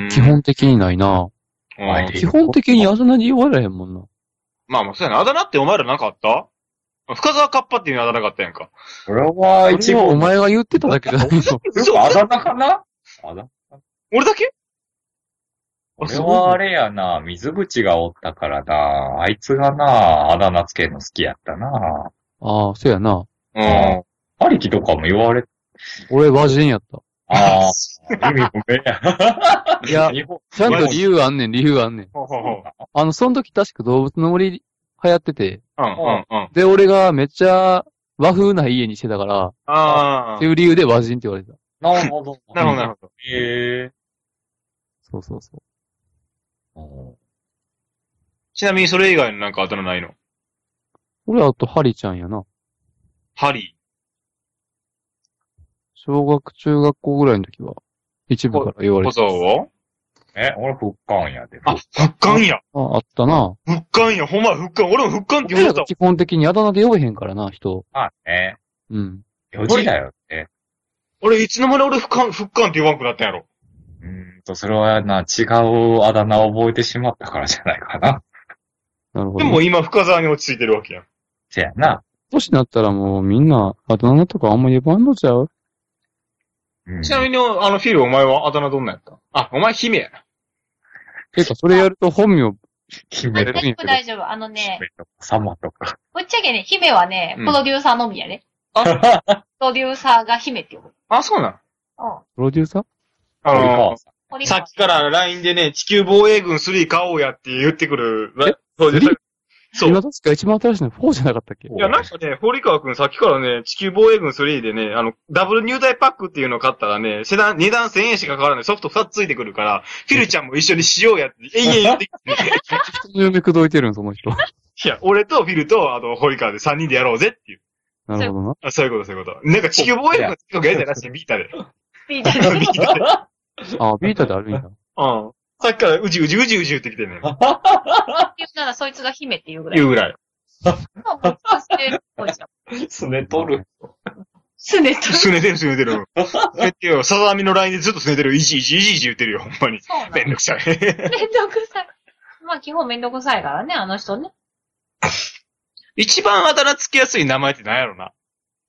基本的にないな。基本的にあだ名で言われへんもんな。 まあまあ、そうやな。あだ名ってお前らなかった深沢カッパっていうあだ名なかったやんか。 俺は一応お前が言ってただけじゃないの。そうあだ名かなあだ俺だけ俺はあれやな、水口がおったからな、あいつがな、あだ名つけるの好きやったな。 ああ、そうやな。 うん。 ありきとかも言われ俺和人やった。 ああ、意味不明や。 いや、ちゃんと理由あんねん、理由あんねん。あの、その時確か動物の森流行ってて。 うんうんうん。 で、俺がめっちゃ和風な家にしてたから、 ああ。 っていう理由で和人って言われた。 なるほど。 なるほど、なるほど。 へえ。 そうそうそう。 ちなみにそれ以外のなんかあだ名ないの？ 俺あとハリちゃんやな。 ハリ小学、中学校ぐらいの時は、一部から言われてた。 小沢はえ、俺、復刊やで。 あ、復刊や。 あ、あったな。 復刊や。ほんま復刊。俺も復刊って呼んでた。 基本的にあだ名で呼べへんからな、人。 あ、ね。 うん。 よじだよって。 俺、いつの間に俺、ふかん、ふっかんって言わんくなったんやろ。 うーんと、それはな、違うあだ名を覚えてしまったからじゃないかな。 なるほど。 でも今、深沢に落ち着いてるわけやん。 せやな。 年になったらもうみんな、あだ名とかあんま言わんのちゃう？ うん、 ちなみに、あの、フィル、お前はあだ名どんなんやった？あ、お前、姫やな。 てか、それやると本名、 姫とか。全部大丈夫。あのね、 様とか。 ぶっちゃけね、姫はね、プロデューサーのみやね。 あプロデューサーが姫って呼ぶ。 あ、そうなん。 うん。 プロデューサー？ あのー、さっきから ライン でね、地球防衛軍スリー買おうやって言ってくる。 えそうです。そう。 今確か一番新しいのフォーじゃなかったっけ？ いや、なんかね、堀川くんさっきからね、地球防衛軍スリーでね、あの、ダブル入隊パックっていうのを買ったらね、値段、値段せんえんしかかからないソフトふたつついてくるから、フィルちゃんも一緒にしようやって、永遠言ってきて、ね。 人の嫁口説いてるん、その人。 いや、俺とフィルと、あの、堀川でさんにんでやろうぜっていう。 なるほどな。 あ、そういうこと、そういうこと。なんか地球防衛軍とかやりたいらしい、ビータで。 ビータで。 ビータで。 あ、ビータであるんや。 うん。さっきからうじうじうじうじ言ってきてね。 言うならそいつが姫って言うぐらい。 言うぐらい。 すねとる。 すねとる。 すねてる、すねてる。すねてるよ。さざみのラインでずっとすねてる。いじいじいじいじ言ってるよ、ほんまに。 そうなんめんどくさい。 めんどくさい。まあ基本めんどくさいからね、あの人ね。 一番あだ名つけやすい名前って何やろな。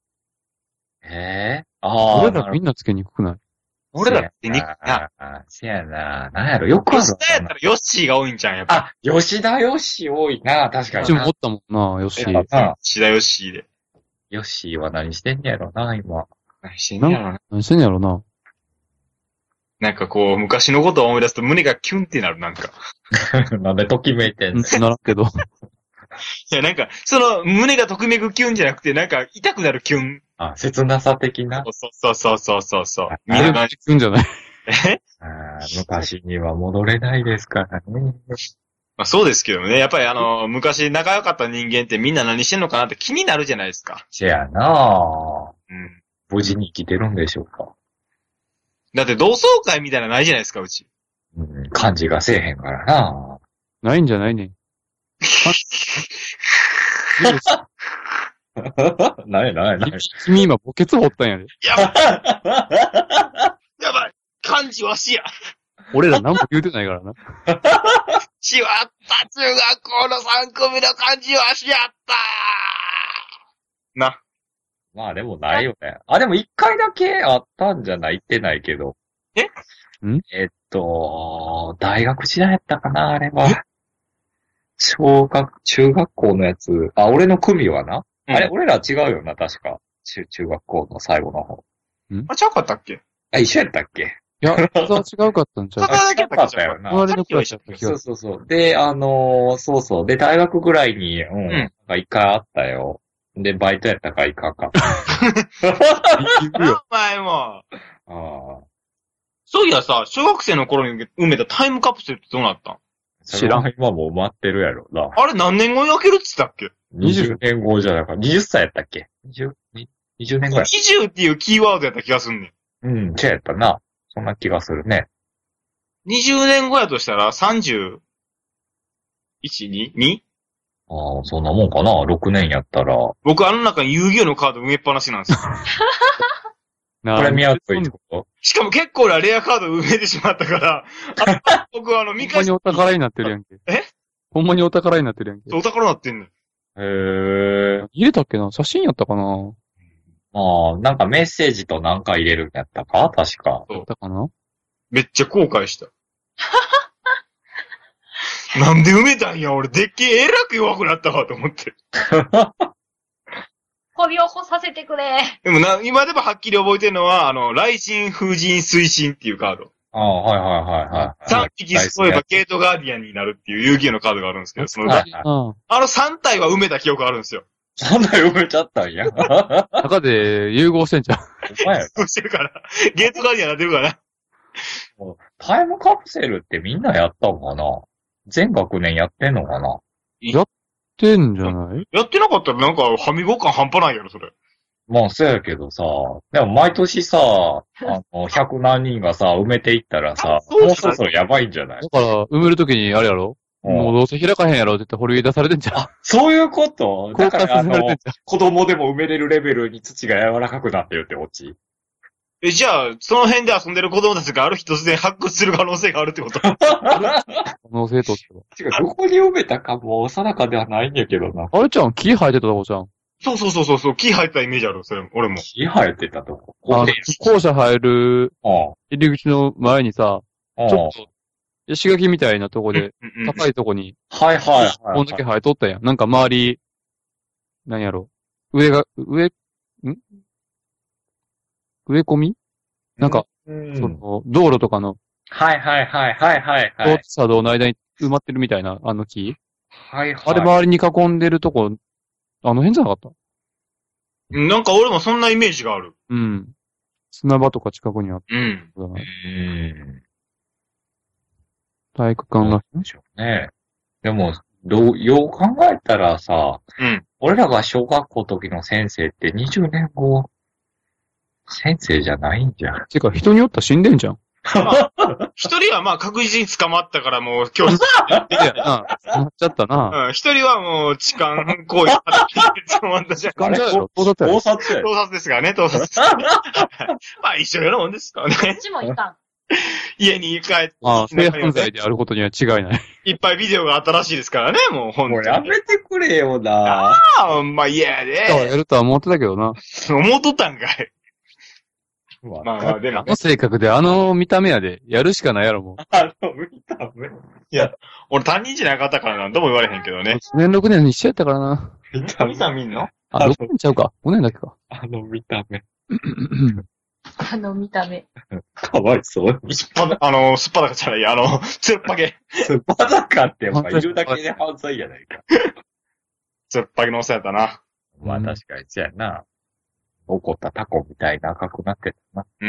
ええー、ああ。 俺らみんなつけにくくない？ 俺らってにくいな。 せやな。なんやろ、よくある。 吉田やったらヨッシーが多いんじゃん、やっぱ。 あ、吉田ヨッシー多いな、確かに。 うちもおったもんな、ヨッシー。 吉田ヨッシーで。 ヨッシーは何してんやろな、今。 何してんやろな。 何してんやろな。 なんかこう、昔のことを思い出すと胸がキュンってなる、なんか。 なんでときめいてんの？ ならんけど。 いや、なんか、その、胸がときめくキュンじゃなくて、なんか、痛くなるキュン。 あ、切なさ的な。 そうそうそうそうそう。 みんなキュンじゃない？ えあ昔には戻れないですからね。 まあそうですけどね。やっぱりあの、昔仲良かった人間ってみんな何してんのかなって気になるじゃないですか。 せやなぁ。 うん。 無事に生きてるんでしょうか。 だって同窓会みたいなのないじゃないですか、うち。 うん、感じがせえへんからなぁ。ないんじゃないねん。 なになになに君今墓穴掘ったんやで。 やばいやばい漢字わしや俺ら何も言うてないからな。 しまった中学校のさん組の漢字わしやったーな。 まあでもないよね。あ、でも一回だけあったんじゃない言ってないけど。 えんえっと、大学時代やったかなあれは。小学、中学校のやつ。あ、俺の組はな。うん、あれ、俺ら違うよな、確か。中、中学校の最後の方。 んあ、ちゃうかったっけあ、一緒やったっけいや、そ違うかったんちゃうかだけだったよな。 隣のクラスだった気がそうそうそう。で、あのー、そうそう。で、大学ぐらいに、うん、うん、なんか一回あったよ。で、バイトやったかいかんか。 お前も。 ああ。 そういやさ、小学生の頃に埋めたタイムカプセルってどうなったん？ 知らん。今もう埋まってるやろな。 あれ何年後に開けるって言ったっけ？ にじゅうねんごじゃなかった。にじゅっさいやったっけ？ にじゅう、にじゅうねんぐらい。 にじゅうっていうキーワードやった気がすんねん。うん、じゃやったな。そんな気がするね。 にじゅうねんごやとしたらさんじゅういち、に? に? ああ、そんなもんかな。ろくねんやったら。 僕あの中に遊戯王のカード埋めっぱなしなんですよ。 これ見合うといいってこと？ しかも結構なレアカード埋めてしまったから、あ僕はあの、見返し。ほんまにお宝になってるやんけ。 えほんまにお宝になってるやんけ。 お宝になってんねん。 へえ。 入れたっけな？写真やったかな？ ああ、なんかメッセージとなんか入れるんやったか確か。 そう。 やったかな？ めっちゃ後悔した。なんで埋めたんや俺、でっけえ、えらく弱くなったわと思って。 掘り起こさせてくれ。 でもな、今でもはっきり覚えてるのは、あの、雷神、風神、水神っていうカード。 ああ、はいはいはいはい。 さんびき揃えばゲートガーディアンになるっていう遊戯王のカードがあるんですけど、その、はいはい、あのさん体は埋めた記憶あるんですよ。 さん体埋めちゃったんや。 中で融合してんじゃん。 お前や。 そうしてるから。ゲートガーディアンなってるから。 タイムカプセルってみんなやったのかな？全学年やってんのかな？ やってんじゃない？ やってなかったらなんか、はみご感半端ないやろ、それ。 まあ、そうやけどさ、でも毎年さ、あの、百何人がさ、埋めていったらさ、もうそろそろやばいんじゃない？ だから、埋めるときにあれやろ、うん、もうどうせ開かへんやろって言って掘り出されてんじゃん。 あ、そういうことだから、あの、子供でも埋めれるレベルに土が柔らかくなってるってオチ。 え、じゃあ、その辺で遊んでる子供たちがある日突然発掘する可能性があるってこと可能性としては。 違う、どこに埋めたかも定かではないんやけどな。 あれちゃん、木生えてたとこじゃん。 そうそうそうそう、木生えてたイメージある、それ、俺も。 木生えてたとこ。 あの、校舎入る、入り口の前にさ、ちょっと、石垣みたいなとこで、高いとこに、 はいはいはい。 こんだけ生えとったやん。なんか周り、何やろ。上が、上、ん植え込みなんか、その、道路とかの、 はいはいはいはいはいはい。 車道の間に埋まってるみたいな、あの木はいはい。 あれ周りに囲んでるとこ、あの辺じゃなかったなんか俺もそんなイメージがある。 うん。砂場とか近くにあった。 うん。 うん。 体育館が。 でしょうね。でも、どう、よう考えたらさ、 うん。 俺らが小学校の時の先生ってにじゅうねんご、先生じゃないんじゃん。 てか、人によったら死んでんじゃん。 一人はまあ確実に捕まったからもう教室でやな。捕まっちゃったな。 うん。一人はもう痴漢行為捕まったじゃん。 痴漢じゃないよ。盗撮や盗撮や盗撮ですからね、盗撮。まあ一緒ようなもんですからね。 こっちもいかん。 家に帰って。 ああ、性犯罪であることには違いない。 いっぱいビデオがあったらしいですからね、もうほんとに。 もうやめてくれよな。 ああ、まあ嫌やで。 やるとは思ってたけどな。 思っとったんかい。まあまあ、でも。 あの性格であの見た目やで、やるしかないやろもう。 あの見た目いや、俺担任じゃなかったからなんとも言われへんけどね。 いちねんろくねんに一緒やったからな。 見た見た見んのあ、ろくねんちゃうか。ごねんだっけか。 あの見た目。 あの見た目。 かわいそう。 すっぱだ、あの、すっぱだかじゃないや、あの、つっぱげ。 すっぱだかって、まあ、いるだけで犯罪やないか。 つっぱげのお世話やったな。 まあ確かに、そうやな。怒ったタコみたいな赤くなってたな。 うん。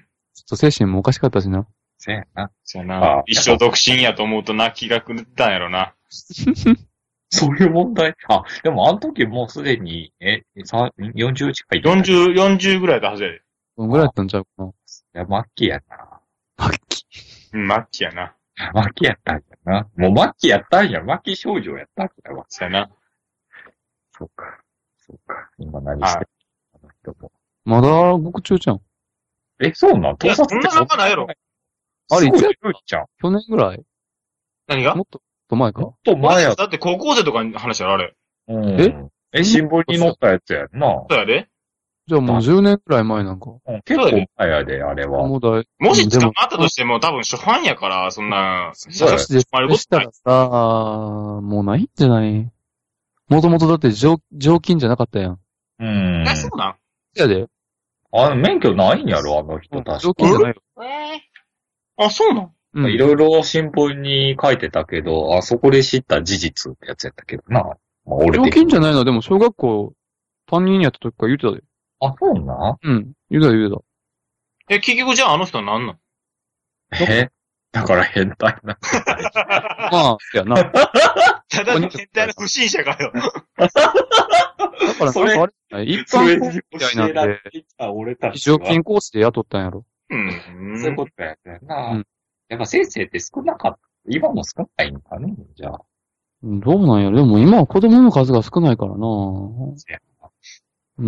ちょっと精神もおかしかったしな。 そうやな。 そうやな。一生独身やと思うと泣きが狂ったんやろな。 そういう問題あ、でもあの時もうすでに、え、よんじゅう近い。 よんじゅう、よんじゅうぐらいだはずやで。 どんぐらいやったんちゃうかな。いや、末期やな。 末期。 うん、末期やな。 末期やったんやな。もう末期やったんや。末期症状やったんやわ。 そうやな。 そうか。そうか。今何してるあの人も。 まだ獄中じゃん。 え、そうなん盗撮ってそんな中ないやろ。 あれ、いつやったじゃん。 去年ぐらい何がもっと前か。 もっと前や。 だって高校生とかに話やろ、あれ。 ええ、新聞に載ったやつやんな。 そうやで。 じゃあもうじゅうねんくらい前なんか。 うん、結構前やで、あれは。 もうだいもし捕まったとしても多分初犯やから、そんな、 そうや。でしたらさ、もうないんじゃないもともとだって常常勤じゃなかったやん。 うん。 え、そうなんやで。 あ、免許ないんやろ、あの人確か。 常勤じゃないよ。 ええあ、そうなんうん。 いろいろ新聞に書いてたけど、あそこで知った事実ってやつやったけどな。まあ、俺常勤じゃないのでも小学校担任やった時から言うてたで。 あ、そうなうん。言うてた言うてえ、結局じゃああの人は何なんえだから変態な。 た。まあ、やな。 ただの変態の不審者かよ。 だからそれ、あれ、一般講師みたいなんで、 俺たち常勤講師で雇ったんやろ。 うん。 そういうことやったよな。 うんやっぱ先生って少なかった。今も少ないのかねじゃあ。 どうなんやろでも今は子供の数が少ないからなうん。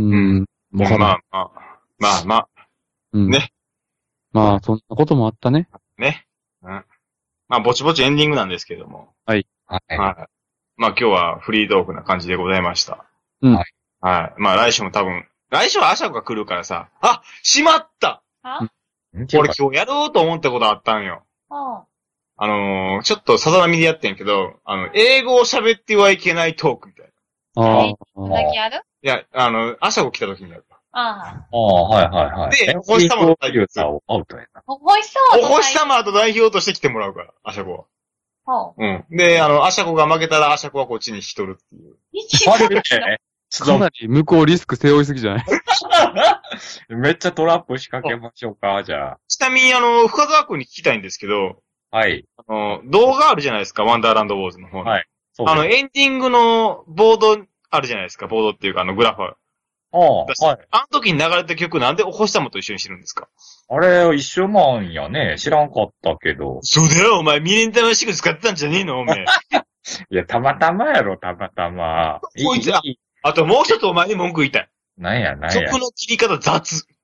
まあまあ、まあ、まあまあ。 うん。 ね。 まあ、そんなこともあったね。 ね。うん。まあ、ぼちぼちエンディングなんですけども。 はい。 はい。 はい。まあ今日はフリートークな感じでございました。 うん。 はい。はい。まあ来週も多分、来週はアシャコが来るからさ、あしまったあ俺今日やろうと思ったことあったんよ。 ああのー、ちょっとさざ波でやってんけど、あの、英語を喋ってはいけないトークみたいな。 ああ。 だけやるいや、あの、アシャコ来た時にやる。 あああ、はいはいはい。 で、お星様の代ユー表。 ザーをアウトやな。 お星様お星様と代表として来てもらうから、アシャコは。 ほう。 うん。で、あの、アシャコが負けたらアシャコはこっちに引き取るっていう。 一番あれね、 かなり向こうリスク背負いすぎじゃないめっちゃトラップ仕掛けましょうか、じゃあ。 ちなみに、あの、深沢君に聞きたいんですけど、 はい。 あの、動画あるじゃないですか、ワンダーランドウォーズの方の。 はい。そうあの、エンディングのボードあるじゃないですか、ボードっていうか、あの、グラファー。 ああ、はい。 あの時に流れた曲なんでお星様と一緒にしてるんですか？ あれ、一緒なんやね。知らんかったけど。 そうだよ、お前、ミレンタムシグ使ってたんじゃねえの、お前。 いや、たまたまやろ、たまたま。 こいつらいいあともう一つお前に文句言いたい。 なんや、なんや。 曲の切り方雑。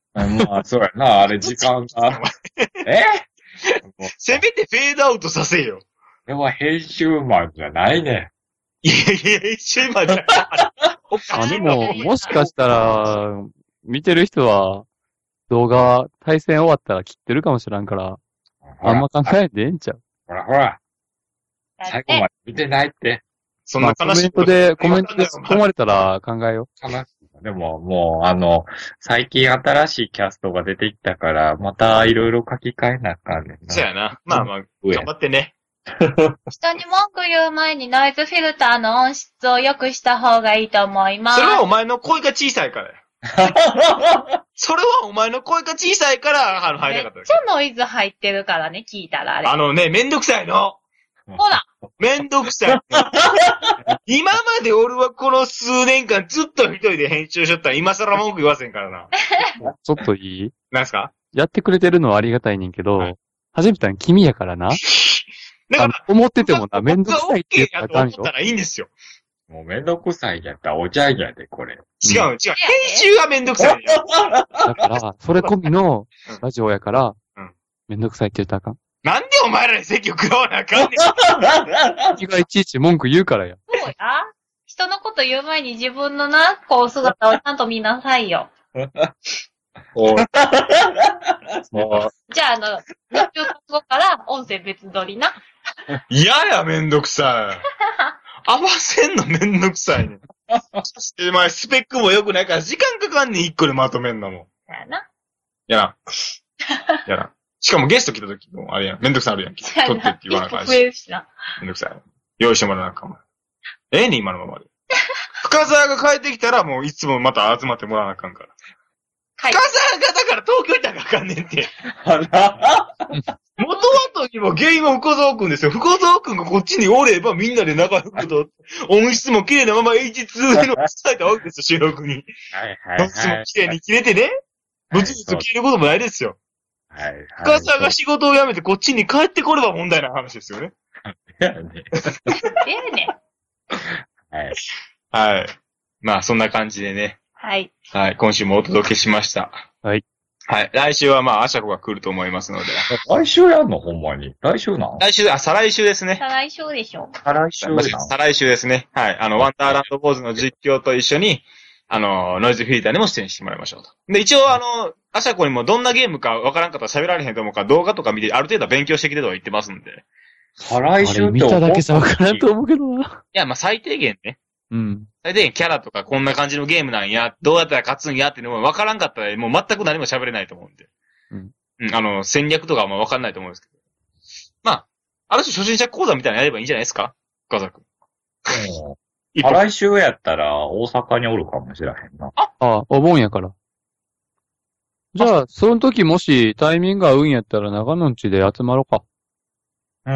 まあ、そうやな、あれ時間が。えせめてフェードアウトさせよ。 でも編集マンじゃないね。 いやいや、編集マンじゃない。 あ、でも、もしかしたら、見てる人は、動画、対戦終わったら切ってるかもしらんから、あんま考えてええんちゃう。 ほらほら。最後まで見てないって。 そんな悲しい、 まあ、コメントで、コメントで突っ込まれたら考えよう。 悲しい。でも、もう、あの、最近新しいキャストが出てきたから、またいろいろ書き換えなあかんねんな。 そうやな。まあまあ、頑張ってね。 人に文句言う前にノイズフィルターの音質を良くした方がいいと思います。 それはお前の声が小さいからや。それはお前の声が小さいから、あの、入らなかった。 めっちゃノイズ入ってるからね、聞いたらあれ。 あのね、めんどくさいの。 ほら。 めんどくさい。今まで俺はこの数年間ずっと一人で編集しとったら今更文句言わせんからな。 ちょっといい？ なんすか？ やってくれてるのはありがたいねんけど、はい、始めたん君やからな。だから思っててもな、めんどくさいって言ったらあかんよ。 思ったらいいんですよ。 もうめんどくさいやったらおじゃんやで、これ。 違う、違う。編集がめんどくさいよ。 だから、それ込みのラジオやから、うん、めんどくさいって言ったらあかん。 なんでお前らに席を食らわなあかんねん。 君がいちいち文句言うからや。 そうや。人のこと言う前に自分のな、こう姿をちゃんと見なさいよ。 おじゃあ、あの、にしゅうかんごから音声別撮りな。 嫌や、めんどくさい。合わせんのめんどくさいね。お前、スペックも良くないから時間かかんねん、一個でまとめんのも。 やな。 やな。やな。しかもゲスト来た時も、あれやん、めんどくさいあるやん。撮ってって言わなあかんし。めんどくさい。用意してもらわなあかんわ。ええねん、今のままで。深沢が帰ってきたら、もういつもまた集まってもらわなあかんから。深沢がだから東京行ったらあかんねんって。あら元々にも原因は深沢くんですよ。深沢くんがこっちにおればみんなで仲良くと、音質も綺麗なまま エイチツー の伝えたわけですよ、収録に。はいはいはい。音質も綺麗に切れてね。ぶつぶつ切れることもないですよ。はいはい。深沢が仕事を辞めてこっちに帰ってこれば問題な話ですよね。 いやね。 ええね。 はい。はい。まあ、そんな感じでね。 はい。 はい。今週もお届けしました。 はい。 はい。来週はまあ、アシャコが来ると思いますので。 来週やんのほんまに。来週なん来週、あ、再来週ですね。 再来週でしょ。 再来週なん再来週ですね。はい。あの、ワンダーランドボーズの実況と一緒に、あの、ノイズフィルターにも出演してもらいましょうと。で、一応あの、アシャコにもどんなゲームかわからんかったら喋られへんと思うから動画とか見て、ある程度勉強してきてとは言ってますんで。 再来週って見ただけじゃわからんと思うけどな。 いや、まあ、最低限ね。 うん。 最低限キャラとかこんな感じのゲームなんや、どうやったら勝つんやっていうのもわからんかったら、もう全く何も喋れないと思うんで。うん。うん、あの、戦略とかはまあわかんないと思うんですけど。まあ、ある種初心者講座みたいなのやればいいんじゃないですか？深澤くん。 うん。再来週やったら大阪におるかもしれへんな。 あ、あ、お盆やから。じゃあ、その時もしタイミング合うんやったら長野んちで集まろうか。 うん。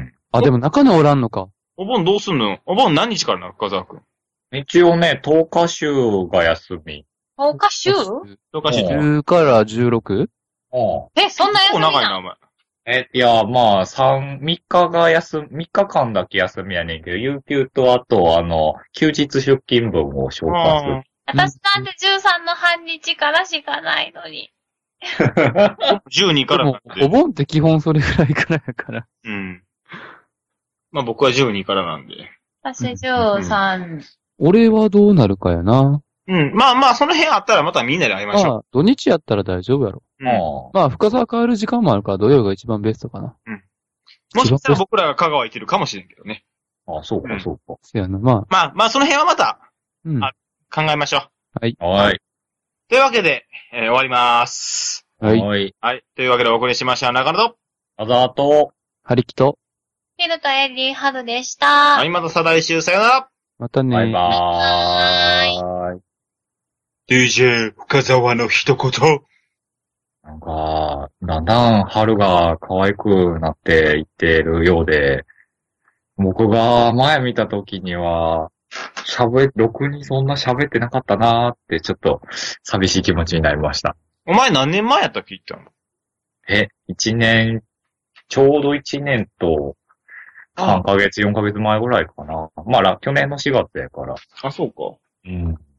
あ、でも中野おらんのか。 お盆どうすんの？お盆何日からなの深澤くん。 一応ね、とおか週が休み。 とおか週 ? とおか週。 じゅうからじゅうろく？ うん。 え、そんな休みなの？ 長いな、お前。 え、いや、まあ、三、三日が休み、三日間だけ休みやねんけど、有給とあと、あの、休日出勤分を消化する。 私なんてじゅうさんの半日からしかないのに。 じゅうにからなんで。 お盆って基本それぐらいからやから。 うん。まあ僕はじゅうにからなんで。 私じゅうさん。うん、 俺はどうなるかやな。 うん。まあまあ、その辺あったらまたみんなで会いましょう。 まあ、土日やったら大丈夫やろ。 うん。 まあ、深沢変わる時間もあるから土曜が一番ベストかな。 うん。もしかしたら僕らが香川行ってるかもしれんけどね。 ああ、そうか、そうか。 そうやな、まあ。 まあ、まあ、その辺はまた、 うん、 あ考えましょう。 はい。 はい。 というわけで、えー、終わりまーす。 はい。 はい。 はい。というわけでお送りしました中野と、 あざーと、 ハリキと、 ヒルとエリーハルでした。 はい、また再来週さよなら。 またねー。 バイバーイ。 ディージェー 深澤の一言。 なんか、だんだん春が可愛くなっていってるようで、僕が前見た時には、喋、ろくにそんな喋ってなかったなーってちょっと寂しい気持ちになりました。 お前何年前やったっけ言ったの？ え、一年、ちょうど一年とさんかげつ、よんかげつまえぐらいかな。まあ、去年のしがつやから。 あ、そうか。 うん。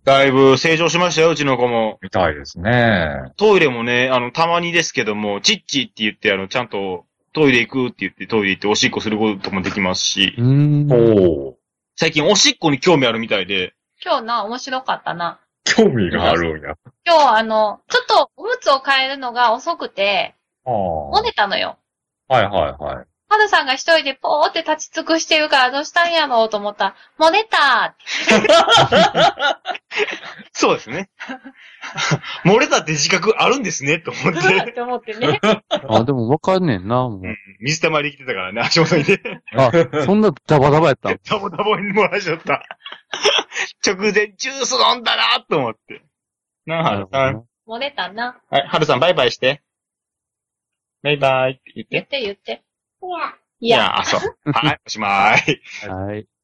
だいぶ成長しましたよ、うちの子も。 みたいですね。 トイレもね、あの、たまにですけども、チッチって言って、あの、ちゃんとトイレ行くって言ってトイレ行っておしっこすることもできますし。 うーん。お最近おしっこに興味あるみたいで。 今日な、面白かったな。 興味があるんや。 今日、あの、ちょっとおむつを変えるのが遅くて、漏れたのよ。 はいはいはい。 はるさんが一人でポーって立ち尽くしてるからどうしたんやろうと思ったら、漏れたそうですね。漏れたって自覚あるんですね、と思って。 って思ってね。 あ、でもわかんねんな、もう。うん、 水溜まり来てたからね、足元にね。 あ、そんなダバダバやったダボダボに漏らしちゃった。直前ジュース飲んだなと思って。なあ、はるさん。 漏れたな。 はい、はるさんバイバイして。バイバイって言って。 言って言って。 いや。いや、あ、そう。はい、おしまい。 はい。